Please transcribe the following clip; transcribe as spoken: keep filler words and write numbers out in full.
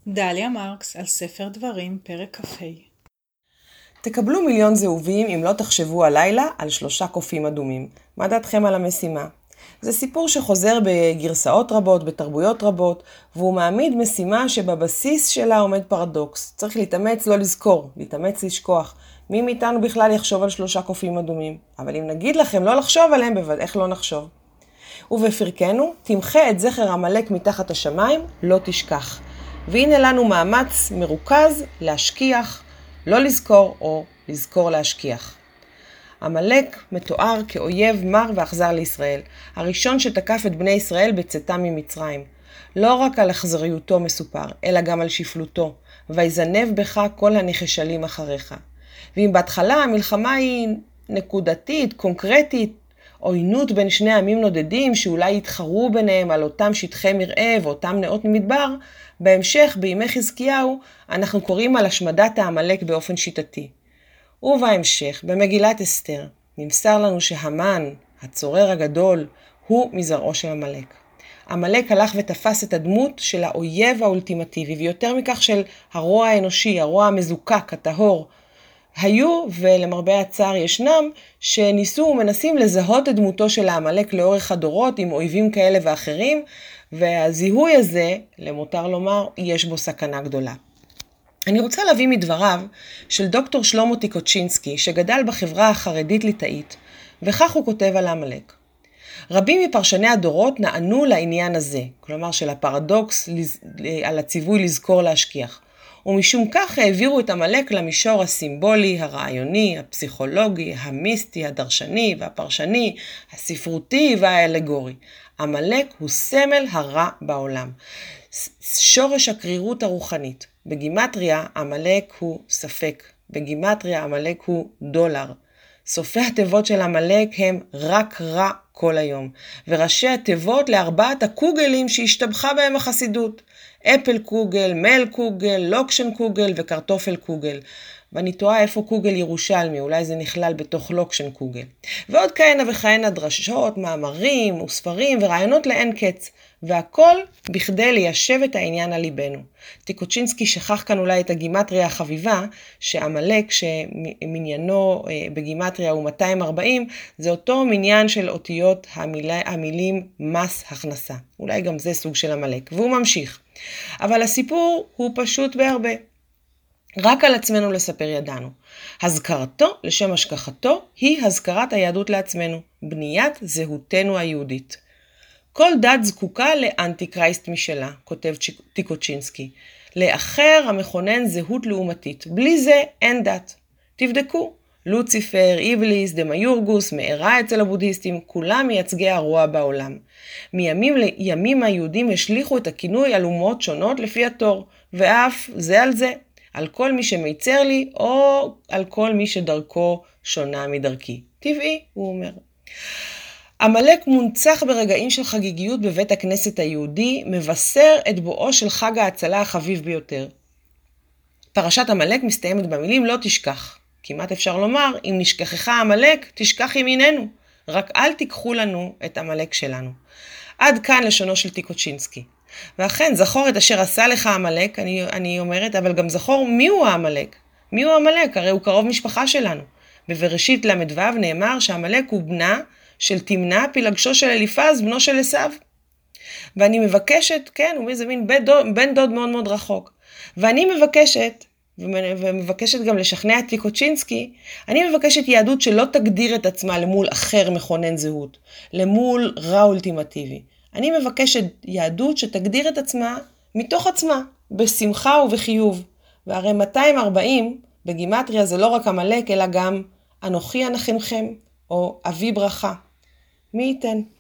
דליה מרקס על ספר דברים, פרק כ"ה. תקבלו מיליון זהובים אם לא תחשבו הלילה על שלושה קופים אדומים. מה דעתכם על המשימה? זה סיפור שחוזר בגרסאות רבות, בתרבויות רבות, והוא מעמיד משימה שבבסיס שלה עומד פרדוקס. צריך להתאמץ לא לזכור, להתאמץ לשכוח. מי מאיתנו בכלל יחשוב על שלושה קופים אדומים? אבל אם נגיד לכם לא לחשוב עליהם, בוודאי איך לא נחשוב? ובפרקנו, תמחה את זכר עמלק מתחת השמיים, לא תשכח. והנה לנו מאמץ מרוכז להשכיח, לא לזכור או לזכור להשכיח. עמלק מתואר כאויב מר ואכזר לישראל, הראשון שתקף את בני ישראל בצאתם ממצרים. לא רק על אכזריותו מסופר, אלא גם על שפלותו, ויזנב בך כל הנחשלים אחריך. ואם בהתחלה המלחמה היא נקודתית, קונקרטית, עוינות בין שני עמים נודדים שאולי יתחרו ביניהם על אותם שטחי מרעה ואותם נאות ממדבר, בהמשך, בימי חזקיהו, אנחנו קוראים על השמדת העמלק באופן שיטתי. ובהמשך, במגילת אסתר, נמסר לנו שהמן, הצורר הגדול, הוא מזרעו של עמלק. עמלק הלך ותפס את הדמות של האויב האולטימטיבי, ויותר מכך של הרוע האנושי, הרוע המזוקק, הטהור. היו, ולמרבה הצער ישנם, שניסו ומנסים לזהות את דמותו של העמלק לאורך הדורות עם אויבים כאלה ואחרים, והזיהוי הזה, למותר לומר, יש בו סכנה גדולה. אני רוצה להביא מדבריו של דוקטור שלמה טיקוצ'ינסקי, שגדל בחברה החרדית ליטאית, וכך הוא כותב על העמלק. רבים מפרשני הדורות נענו לעניין הזה, כלומר של הפרדוקס על הציווי לזכור להשכיח. ומשום כך העבירו את עמלק למישור הסימבולי, הרעיוני, הפסיכולוגי, המיסטי, הדרשני והפרשני, הספרותי והאלגורי. עמלק הוא סמל הרע בעולם. שורש הקרירות הרוחנית. בגימטריה עמלק הוא ספק. בגימטריה עמלק הוא דולר. סופי התיבות של עמלק הם רק רע כל היום. וראשי התיבות לארבעת הקוגלים שהשתבחה בהם החסידות. אפל קוגל, מל קוגל, לוקשן קוגל וקרטופל קוגל. ואני תוהה איפה קוגל ירושלמי, אולי זה נכלל בתוך לוקשן קוגל. ועוד כהנה וכהנה דרשות, מאמרים וספרים ורעיונות לאין קץ. והכל בכדי ליישב את העניין על ליבנו. טיקוצ'ינסקי שכח כאן אולי את הגימטריה החביבה, שעמלק שמניינו בגימטריה הוא מאתיים וארבעים, זה אותו מניין של אותיות המילה, המילים מס הכנסה. אולי גם זה סוג של עמלק. והוא ממשיך. אבל הסיפור הוא פשוט בהרבה. רק על עצמנו לספר ידענו. הזכרתו לשם השכחתו היא הזכרת היהדות לעצמנו, בניית זהותנו היהודית. כל דת זקוקה לאנטי-קרייסט משלה, כותב טיקוצ'ינסקי, לאחר המכונן זהות לעומתית. בלי זה אין דת. תבדקו, לוציפר, איבליס, דמיורגוס, מארה אצל הבודהיסטים, כולם מייצגי הרוע בעולם. מימים לימים היהודים השליחו את הכינוי על אומות שונות לפי התור, ואף זה על זה, על כל מי שמיצר לי, או על כל מי שדרכו שונה מדרכי. טבעי, הוא אומר. עמלק מונצח ברגעים של חגיגיות בבית הכנסת היהודי, מבשר את בואו של חג ההצלה החביב ביותר. פרשת עמלק מסתיימת במילים לא תשכח. כמעט אפשר לומר, אם נשכחך עמלק, תשכח ימיננו. רק אל תיקחו לנו את עמלק שלנו. עד כאן לשונו של טיקוצ'ינסקי. ואכן, זכור את אשר עשה לך עמלק, אני, אני אומרת, אבל גם זכור מי הוא העמלק. מי הוא עמלק? הרי הוא קרוב משפחה שלנו. בבראשית למדוו נאמר שעמלק הוא בנה של תמנע פילגשו של אליפז, בנו של עשיו. ואני מבקשת, כן, הוא איזה מין בן דוד, בן דוד מאוד מאוד רחוק. ואני מבקשת, ומבקשת גם לשכנע את טיקוצ'ינסקי, אני מבקשת יהדות שלא תגדיר את עצמה למול אחר מכונן זהות, למול רע אולטימטיבי. אני מבקשת יהדות שתגדיר את עצמה מתוך עצמה, בשמחה ובחיוב. והרי מאתיים וארבעים בגימטריה זה לא רק עמלק, אלא גם אנוכי אנחמכם, או אבי ברכה. מי ייתן?